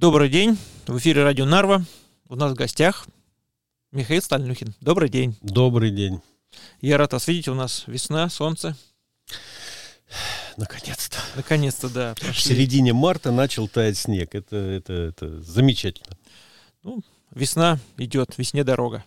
Добрый день. В эфире радио Нарва. У нас в гостях Михаил Стальнюхин. Добрый день. Добрый день. Я рад вас видеть. У нас весна, солнце. Наконец-то. Наконец-то, да. В середине марта начал таять снег. Это замечательно. Весна идет, весне дорога.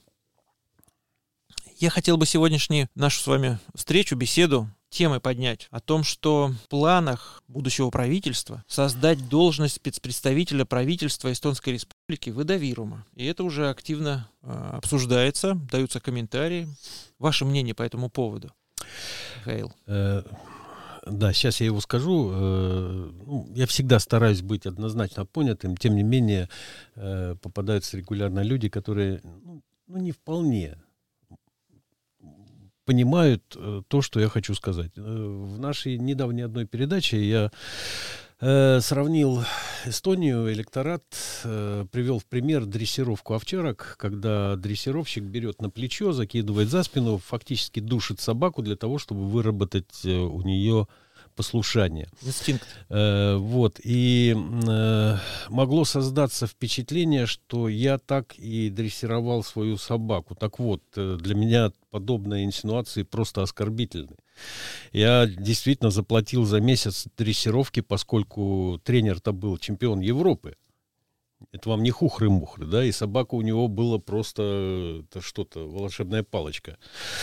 Я хотел бы сегодняшнюю нашу с вами встречу, беседу, темой поднять о том, что в планах будущего правительства создать должность спецпредставителя правительства Эстонской Республики в Идавирума. И это уже активно обсуждается, даются комментарии. Ваше мнение по этому поводу, Михаил? Да, сейчас я его скажу. Я всегда стараюсь быть однозначно понятым. Тем не менее, попадаются регулярно люди, которые не вполне понимают то, что я хочу сказать. В нашей недавней одной передаче я сравнил Эстонию, электорат, привел в пример дрессировку овчарок, когда дрессировщик берет на плечо, закидывает за спину, фактически душит собаку для того, чтобы выработать у нее послушание. Инстинкт. И могло создаться впечатление, что я так и дрессировал свою собаку. Так вот, для меня подобные инсинуации просто оскорбительны. Я действительно заплатил за месяц дрессировки, поскольку тренер-то был чемпион Европы. Это вам не хухры-мухры, да, и собака у него была просто что-то, волшебная палочка.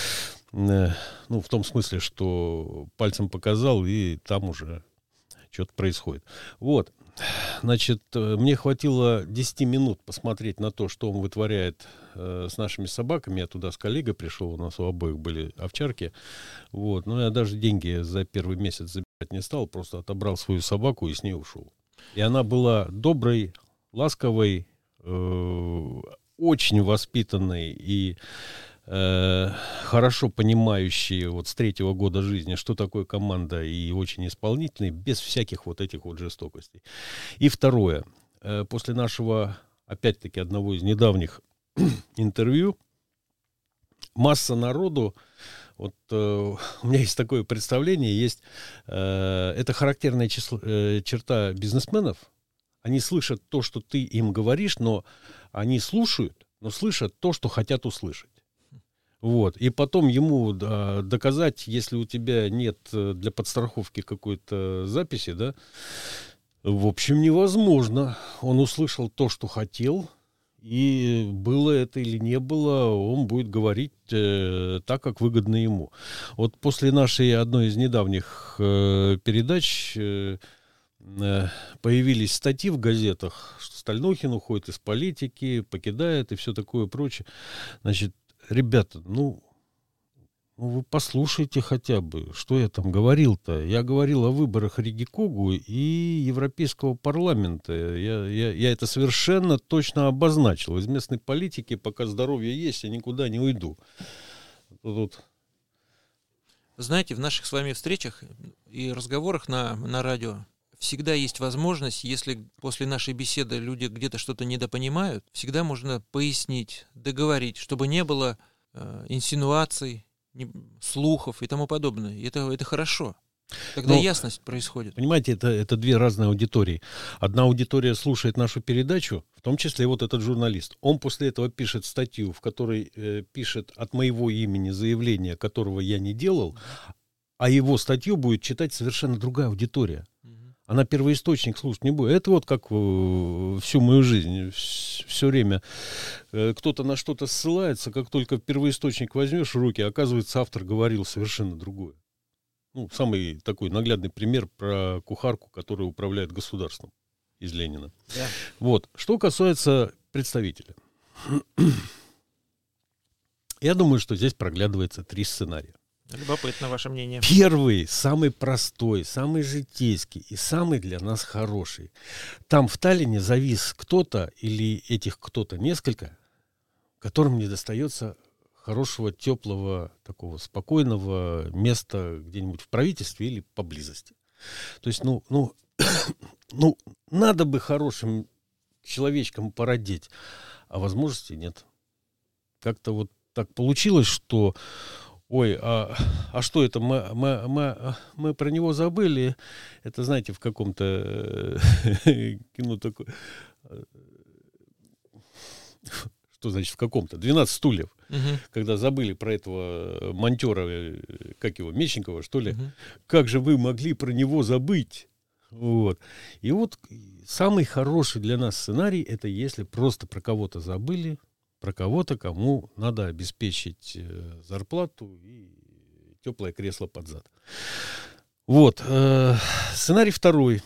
В том смысле, что пальцем показал, и там уже что-то происходит. Значит, мне хватило 10 минут посмотреть на то, что он вытворяет с нашими собаками. Я туда с коллегой пришел, у нас у обоих были овчарки. Но я даже деньги за первый месяц забирать не стал, просто отобрал свою собаку и с ней ушел. И она была доброй, ласковой, очень воспитанной и хорошо понимающие с 3-го года жизни, что такое команда, и очень исполнительные, без всяких этих жестокостей. И второе. После нашего, опять-таки, одного из недавних интервью, масса народу, у меня есть такое представление, есть, это характерная черта бизнесменов. Они слышат то, что ты им говоришь, но они слушают, но слышат то, что хотят услышать. И потом ему доказать, если у тебя нет для подстраховки какой-то записи, да, в общем, невозможно. Он услышал то, что хотел, и было это или не было, он будет говорить так, как выгодно ему. После нашей одной из недавних передач появились статьи в газетах, что Стальнюхин уходит из политики, покидает и все такое прочее. Значит, ребята, вы послушайте хотя бы, что я там говорил-то. Я говорил о выборах Ригикогу и Европейского парламента. Я это совершенно точно обозначил. Из местной политики, пока здоровье есть, я никуда не уйду. Знаете, в наших с вами встречах и разговорах на радио всегда есть возможность, если после нашей беседы люди где-то что-то недопонимают, всегда можно пояснить, договорить, чтобы не было инсинуаций, слухов и тому подобное. И это хорошо. Тогда ясность происходит. Понимаете, это две разные аудитории. Одна аудитория слушает нашу передачу, в том числе этот журналист. Он после этого пишет статью, в которой пишет от моего имени заявление, которого я не делал, а его статью будет читать совершенно другая аудитория. Она первоисточник слушать не будет. Это как всю мою жизнь. Все время кто-то на что-то ссылается, как только первоисточник возьмешь в руки, оказывается, автор говорил совершенно другое. Самый такой наглядный пример про кухарку, которая управляет государством из Ленина. Да. Что касается представителя. Я думаю, что здесь проглядывается 3 сценария. Любопытно ваше мнение. Первый, самый простой, самый житейский и самый для нас хороший. Там в Таллине завис кто-то или этих кто-то несколько, которым не достается хорошего, теплого, такого спокойного места где-нибудь в правительстве или поблизости. То есть, надо бы хорошим человечком породить, а возможности нет. Как-то так получилось, что а что это, мы про него забыли. Это, знаете, в каком-то кино такое. Что значит в каком-то? 12 стульев. Мгм. Когда забыли про этого монтера, как его, Мечникова, что ли. Мгм. Как же вы могли про него забыть? Вот. И вот самый хороший для нас сценарий — это если просто про кого-то забыли, про кого-то, кому надо обеспечить зарплату и теплое кресло под зад. Вот. Сценарий второй.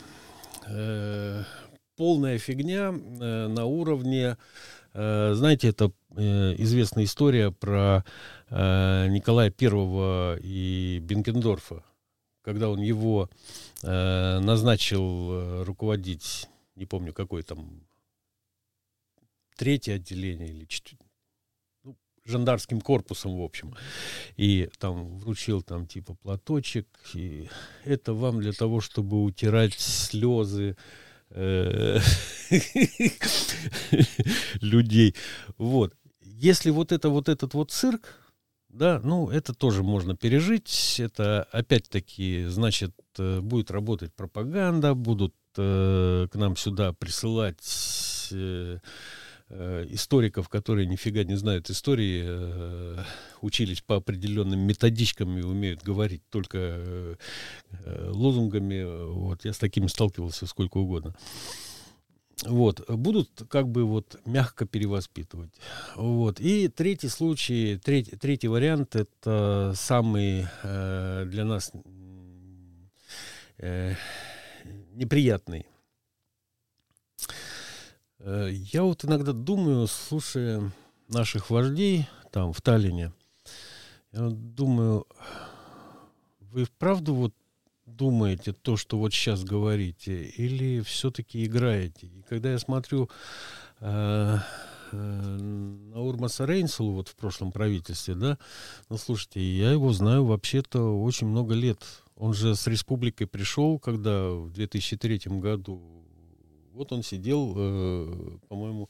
Полная фигня на уровне... Знаете, это известная история про Николая I и Бенкендорфа, когда он его назначил руководить, не помню, какое там, третье отделение или жандарским корпусом, в общем. И там вручил там типа платочек, и это вам для того, чтобы утирать слезы людей. Вот. Если вот этот вот цирк, да, ну, это тоже можно пережить. Это, опять-таки, значит, будет работать пропаганда, будут к нам сюда присылать историков, которые нифига не знают истории, учились по определенным методичкам и умеют говорить только лозунгами. Вот, я с такими сталкивался сколько угодно. Вот, будут как бы вот мягко перевоспитывать. Вот. И третий случай, третий вариант, это самый для нас неприятный. Я вот иногда думаю, слушая наших вождей там в Таллине, я вот думаю, вы вправду вот думаете то, что вот сейчас говорите, или все-таки играете? И когда я смотрю на Урмаса Рейнсулу вот в прошлом правительстве, да, ну, слушайте, я его знаю вообще-то очень много лет. Он же с республикой пришел, когда в 2003 году, вот он сидел, по-моему,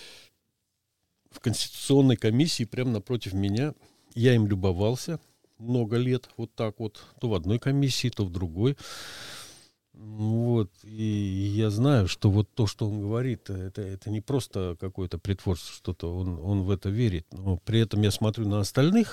в Конституционной комиссии прямо напротив меня. Я им любовался много лет, вот так вот, то в одной комиссии, то в другой. Вот, и я знаю, что вот то, что он говорит, это не просто какое-то притворство, что-то, он в это верит. Но при этом я смотрю на остальных,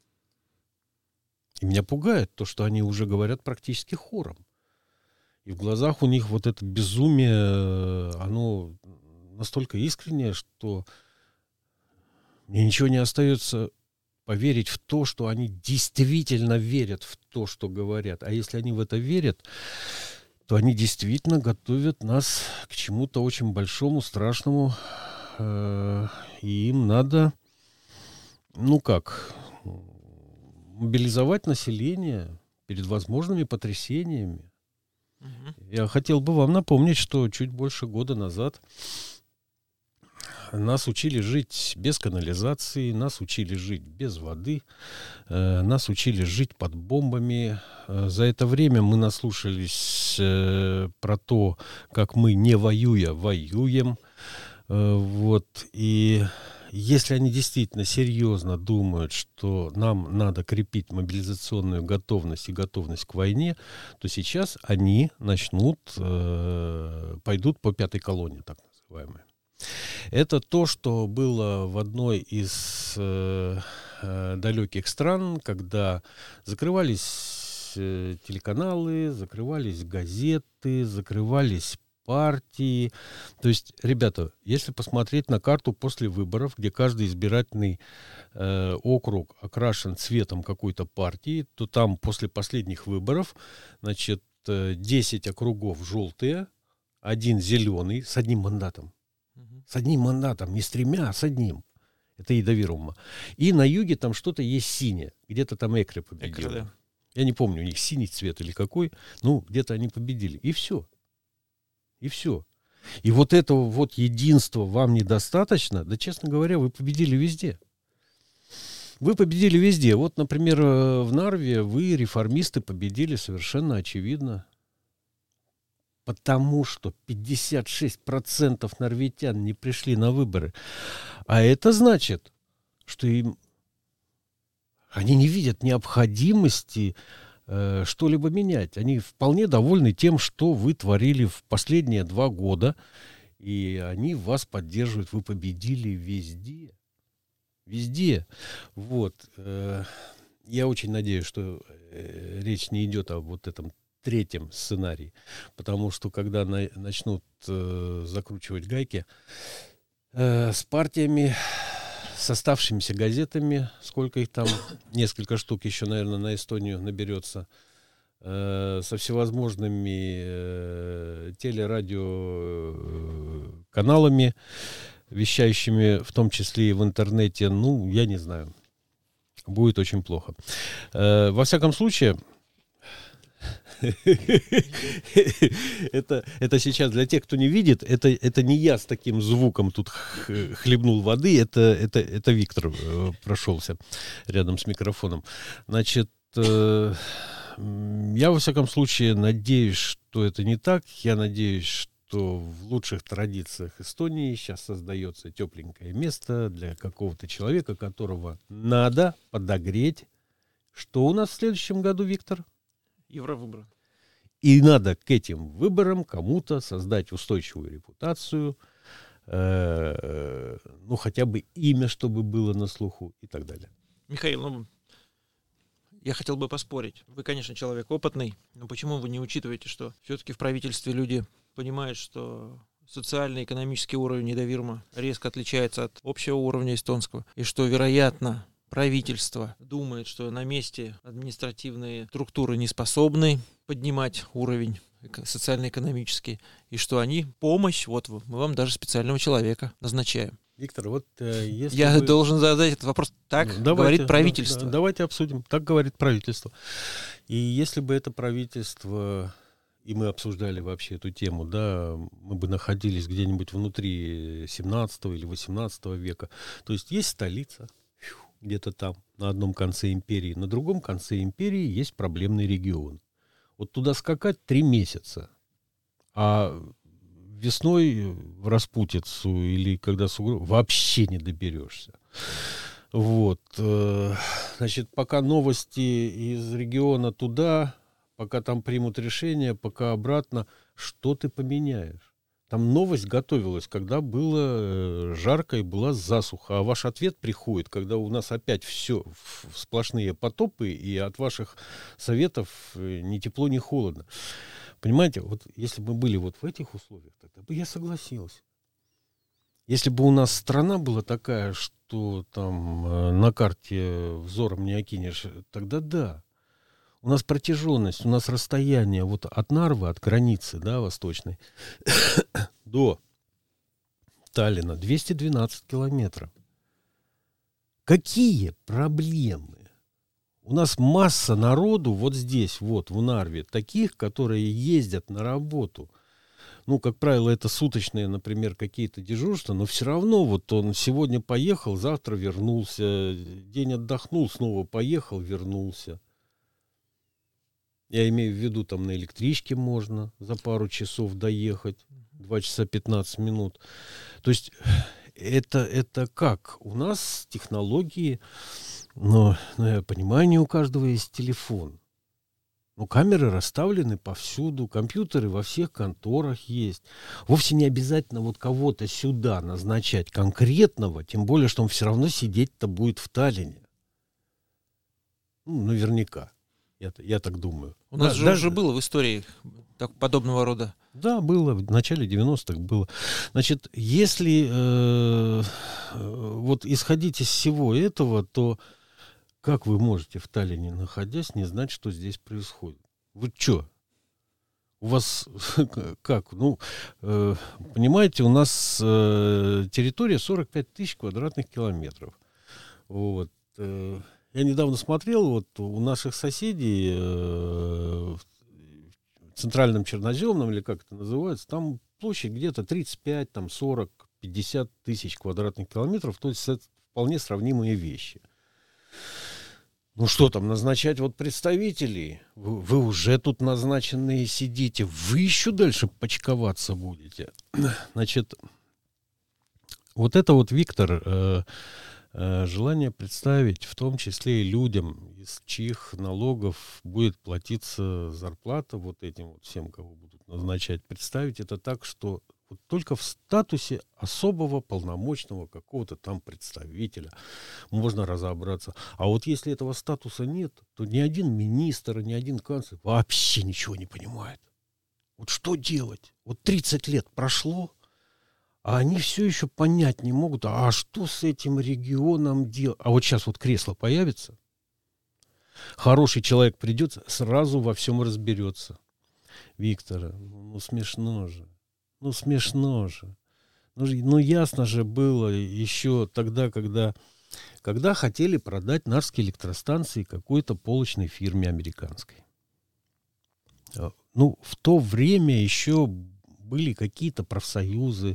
и меня пугает то, что они уже говорят практически хором. И в глазах у них вот это безумие, оно настолько искреннее, что мне ничего не остается поверить в то, что они действительно верят в то, что говорят. А если они в это верят, то они действительно готовят нас к чему-то очень большому, страшному. И им надо, мобилизовать население перед возможными потрясениями. Я хотел бы вам напомнить, что чуть больше года назад нас учили жить без канализации, нас учили жить без воды, нас учили жить под бомбами. За это время мы наслушались про то, как мы, не воюя, воюем. Вот. И если они действительно серьезно думают, что нам надо крепить мобилизационную готовность и готовность к войне, то сейчас они пойдут по пятой колонне, так называемой. Это то, что было в одной из далеких стран, когда закрывались телеканалы, закрывались газеты, закрывались партии. То есть, ребята, если посмотреть на карту после выборов, где каждый избирательный округ окрашен цветом какой-то партии, то там после последних выборов, 10 округов желтые, 1 зеленый с одним мандатом. С одним мандатом, не с 3, а с одним. Это Едовирума. И на юге там что-то есть синее. Где-то там Экре победил. Да. Я не помню, у них синий цвет или какой. Ну, где-то они победили. И все. И все. И вот этого вот единства вам недостаточно? Да, честно говоря, вы победили везде. Вы победили везде. Вот, например, в Нарве вы, реформисты, победили совершенно очевидно. Потому что 56% норвитян не пришли на выборы. А это значит, что они не видят необходимости что-либо менять. Они вполне довольны тем, что вы творили в последние 2 года. И они вас поддерживают. Вы победили везде. Везде. Вот. Я очень надеюсь, что речь не идет о вот этом третьем сценарии. Потому что когда начнут закручивать гайки с партиями, с оставшимися газетами, сколько их там, несколько штук еще, наверное, на Эстонию наберется, со всевозможными телерадиоканалами, вещающими в том числе и в интернете, ну, я не знаю, будет очень плохо. Во всяком случае, это сейчас для тех, кто не видит, это не я с таким звуком тут хлебнул воды, это Виктор прошелся рядом с микрофоном. Значит, я во всяком случае надеюсь, что это не так. Я надеюсь, что в лучших традициях Эстонии сейчас создается тепленькое место для какого-то человека, которого надо подогреть. Что у нас в следующем году, Виктор? Евровыборы. И надо к этим выборам кому-то создать устойчивую репутацию, ну, хотя бы имя, чтобы было на слуху и так далее. Михаил, ну, я хотел бы поспорить. Вы, конечно, человек опытный, но почему вы не учитываете, что все-таки в правительстве люди понимают, что социальный и экономический уровень недовирма резко отличается от общего уровня эстонского, и что, вероятно, правительство думает, что на месте административные структуры не способны поднимать уровень социально-экономический, и что они помощь, вот мы вам даже специального человека назначаем. Виктор, вот если я должен задать этот вопрос. Так говорит правительство. Давайте обсудим. Так говорит правительство. И если бы это правительство, и мы обсуждали вообще эту тему, да, мы бы находились где-нибудь внутри 17 или 18 века. То есть есть столица, где-то там, на одном конце империи. На другом конце империи есть проблемный регион. Вот туда скакать 3 месяца. А весной в распутицу или когда вообще не доберешься. Вот. Значит, пока новости из региона туда, пока там примут решение, пока обратно, что ты поменяешь? Там новость готовилась, когда было жарко и была засуха. А ваш ответ приходит, когда у нас опять все сплошные потопы, и от ваших советов ни тепло, ни холодно. Понимаете, вот если бы мы были вот в этих условиях, тогда бы я согласился. Если бы у нас страна была такая, что там на карте взором не окинешь, тогда да. У нас протяженность, у нас расстояние вот от Нарвы, от границы, да, восточной, до Таллина 212 километров. Какие проблемы? У нас масса народу вот здесь, вот в Нарве, таких, которые ездят на работу. Ну, как правило, это суточные, например, какие-то дежурства, но все равно вот он сегодня поехал, завтра вернулся, день отдохнул, снова поехал, вернулся. Я имею в виду, там на электричке можно за пару часов доехать, 2 часа 15 минут. То есть это как? У нас технологии, но я понимаю, не у каждого есть телефон. Но камеры расставлены повсюду, компьютеры во всех конторах есть. Вовсе не обязательно вот кого-то сюда назначать конкретного, тем более, что он все равно сидеть-то будет в Таллине. Ну, наверняка. Я так думаю. У нас же уже было в истории подобного рода. Да, было. В начале 90-х было. Значит, если вот исходить из всего этого, то как вы можете в Таллине, находясь, не знать, что здесь происходит? Вы что? У вас как? Ну, понимаете, у нас территория 45 тысяч квадратных километров. Вот. Я недавно смотрел, вот у наших соседей в Центральном Черноземном, или как это называется, там площадь где-то 35, там 40, 50 тысяч квадратных километров, то есть это вполне сравнимые вещи. Ну что там, назначать вот представителей? Вы уже тут назначенные сидите, вы еще дальше почковаться будете. Значит, вот это вот, Виктор, желание представить, в том числе и людям, из чьих налогов будет платиться зарплата вот этим вот всем, кого будут назначать, представить это так, что Вот только в статусе особого полномочного какого-то там представителя можно разобраться. А вот если этого статуса нет, то ни один министр, ни один канцлер вообще ничего не понимает. Вот что делать? Вот 30 лет прошло, а они все еще понять не могут, а что с этим регионом делать? А вот сейчас вот кресло появится, хороший человек придет, сразу во всем разберется. Виктор, ну смешно же. Ну, смешно же. Ну, ясно же было еще тогда, когда хотели продать Нарвские электростанции какой-то полочной фирме американской. Ну, в то время еще были какие-то профсоюзы,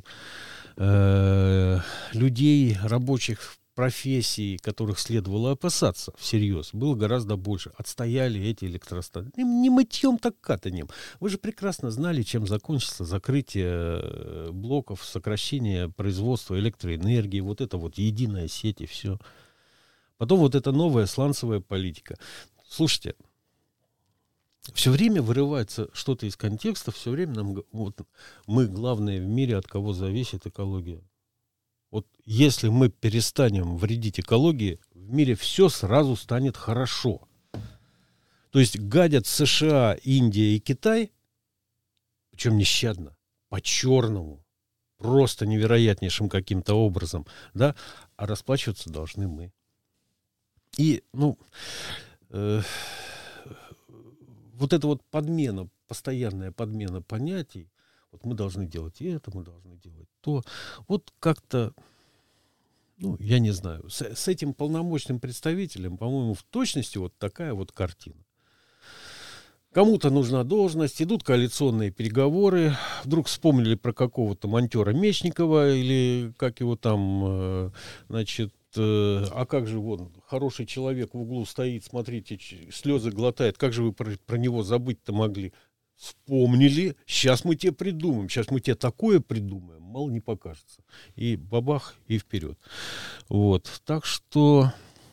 людей, рабочих профессий, которых следовало опасаться всерьез, было гораздо больше. Отстояли эти электростанции. Не мытьем, так катанием. Вы же прекрасно знали, чем закончится закрытие блоков, сокращение производства электроэнергии, вот это вот единая сеть и все. Потом вот эта новая сланцевая политика. Слушайте, все время вырывается что-то из контекста, все время нам... Вот, мы главные в мире, от кого зависит экология. Вот если мы перестанем вредить экологии, в мире все сразу станет хорошо. То есть гадят США, Индия и Китай, причем нещадно, по-черному, просто невероятнейшим каким-то образом, да, а расплачиваться должны мы. И, вот эта вот подмена, постоянная подмена понятий, вот мы должны делать это, мы должны делать то. Вот как-то, я не знаю, с этим полномочным представителем, по-моему, в точности вот такая вот картина. Кому-то нужна должность, идут коалиционные переговоры, вдруг вспомнили про какого-то монтера Мечникова или как его там, а как же вон, хороший человек в углу стоит, смотрите, слезы глотает, как же вы про него забыть-то могли? Вспомнили, сейчас мы тебе придумаем, сейчас мы тебе такое придумаем, мало не покажется. И бабах, и вперед. Вот, так что...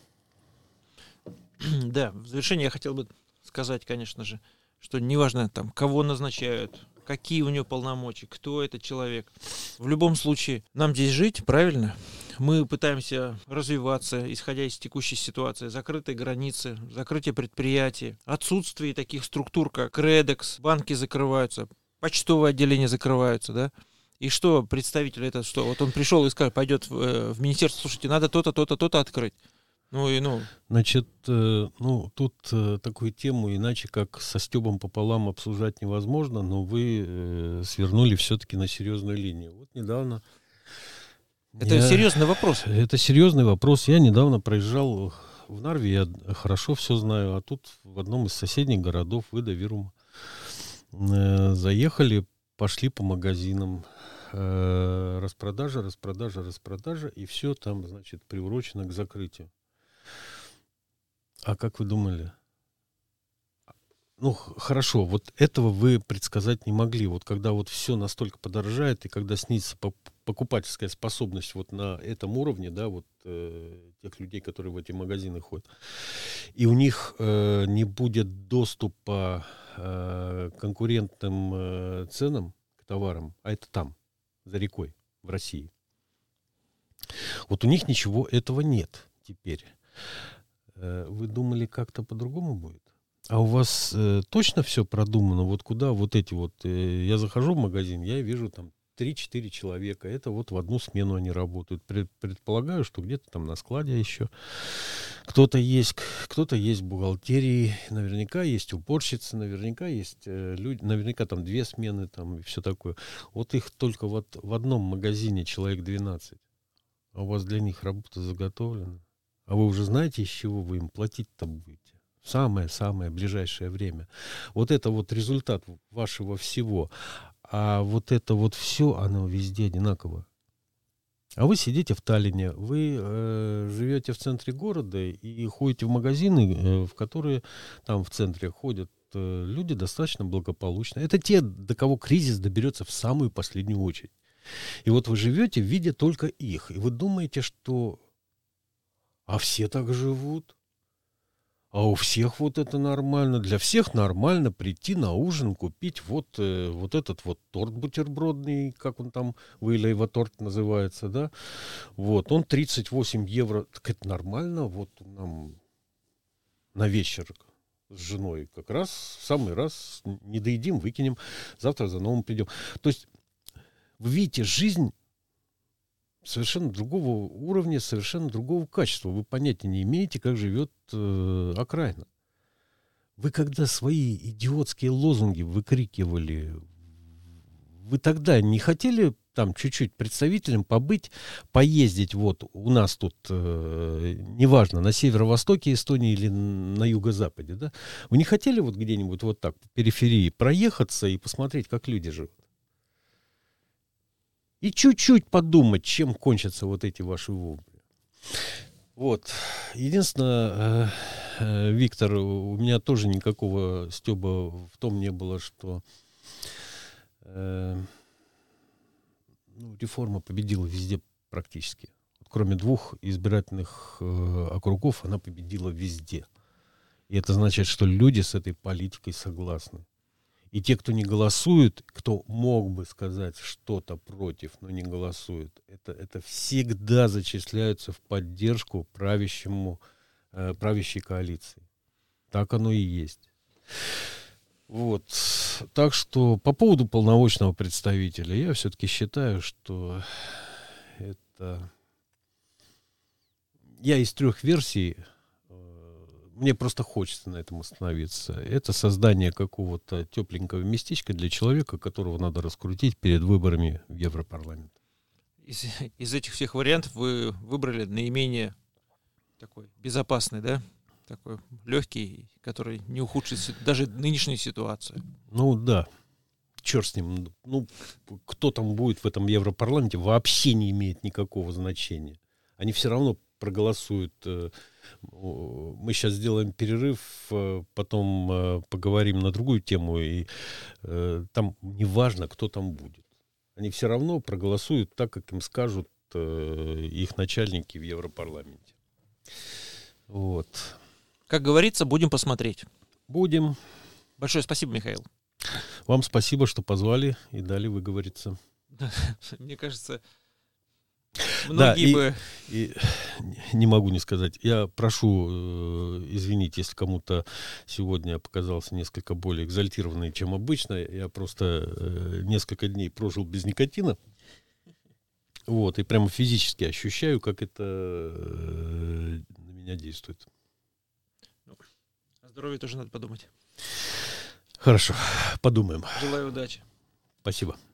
Да, в завершение я хотел бы сказать, конечно же, что неважно там, кого назначают, какие у него полномочия, кто этот человек. В любом случае, нам здесь жить, правильно? Мы пытаемся развиваться, исходя из текущей ситуации. Закрытые границы, закрытие предприятий, отсутствие таких структур, как Редекс, банки закрываются, почтовые отделения закрываются, да? И что представитель это, что вот он пришел и сказал, пойдет в министерство, слушайте, надо то-то, то-то, то-то открыть. Значит, тут такую тему иначе как со стёбом пополам обсуждать невозможно, но вы свернули все-таки на серьезную линию. Вот недавно... Это серьезный вопрос. Это серьезный вопрос. Я недавно проезжал в Нарве, я хорошо все знаю, а тут в одном из соседних городов, Выда-Вирума, заехали, пошли по магазинам. Распродажа, и все там, значит, приурочено к закрытию. А как вы думали? Хорошо, вот этого вы предсказать не могли. Вот когда вот все настолько подорожает, и когда снизится покупательская способность вот на этом уровне, да, вот тех людей, которые в эти магазины ходят, и у них не будет доступа к конкурентным ценам, к товарам, а это там, за рекой, в России. Вот у них ничего этого нет теперь. Вы думали, как-то по-другому будет? А у вас точно все продумано? Вот куда вот эти вот... я захожу в магазин, я вижу там 3-4 человека. Это вот в одну смену они работают. Предполагаю, что где-то там на складе еще кто-то есть в бухгалтерии. Наверняка есть уборщицы, наверняка есть люди, наверняка там 2 смены там и все такое. Вот их только вот в одном магазине человек 12. А у вас для них работа заготовлена? А вы уже знаете, из чего вы им платить-то будете? В самое-самое ближайшее время. Вот это вот результат вашего всего. А вот это вот все, оно везде одинаково. А вы сидите в Таллине, вы живете в центре города и ходите в магазины, в которые там в центре ходят люди достаточно благополучно. Это те, до кого кризис доберется в самую последнюю очередь. И вот вы живете, видя только их. И вы думаете, что... А все так живут? А у всех вот это нормально. Для всех нормально прийти на ужин, купить вот этот вот торт бутербродный, как он там, Вылеева торт называется, да. Вот, он 38 евро. Так это нормально. Вот нам на вечер с женой как раз в самый раз не доедим, выкинем. Завтра за новым придем. То есть, вы видите, жизнь совершенно другого уровня, совершенно другого качества. Вы понятия не имеете, как живет окраина. Вы когда свои идиотские лозунги выкрикивали, вы тогда не хотели там чуть-чуть представителем побыть, поездить вот у нас тут, неважно, на северо-востоке Эстонии или на юго-западе, да? Вы не хотели вот где-нибудь вот так по периферии проехаться и посмотреть, как люди живут? И чуть-чуть подумать, чем кончатся вот эти ваши вопли. Вот. Единственное, Виктор, у меня тоже никакого стёба в том не было, что реформа победила везде практически. Кроме 2 избирательных округов, она победила везде. И это значит, что люди с этой политикой согласны. И те, кто не голосует, кто мог бы сказать что-то против, но не голосует, это всегда зачисляются в поддержку правящей коалиции. Так оно и есть. Вот. Так что по поводу полномочного представителя, я все-таки считаю, что это... Я из 3 версий... Мне просто хочется на этом остановиться. Это создание какого-то тепленького местечка для человека, которого надо раскрутить перед выборами в Европарламент. Из этих всех вариантов вы выбрали наименее такой безопасный, да? Такой легкий, который не ухудшит даже нынешнюю ситуацию. Ну да, черт с ним. Ну, кто там будет в этом Европарламенте, вообще не имеет никакого значения. Они все равно проголосуют. Мы сейчас сделаем перерыв, потом поговорим на другую тему, и там неважно, кто там будет. Они все равно проголосуют так, как им скажут их начальники в Европарламенте. Вот. Как говорится, будем посмотреть. Будем. Большое спасибо, Михаил. Вам спасибо, что позвали и дали выговориться. Мне кажется... Многие бы... И не могу не сказать. Я прошу извинить, если кому-то сегодня показался несколько более экзальтированный, чем обычно. Я просто несколько дней прожил без никотина. Вот, и прямо физически ощущаю, как это на меня действует. О здоровье тоже надо подумать. Хорошо, подумаем. Желаю удачи. Спасибо.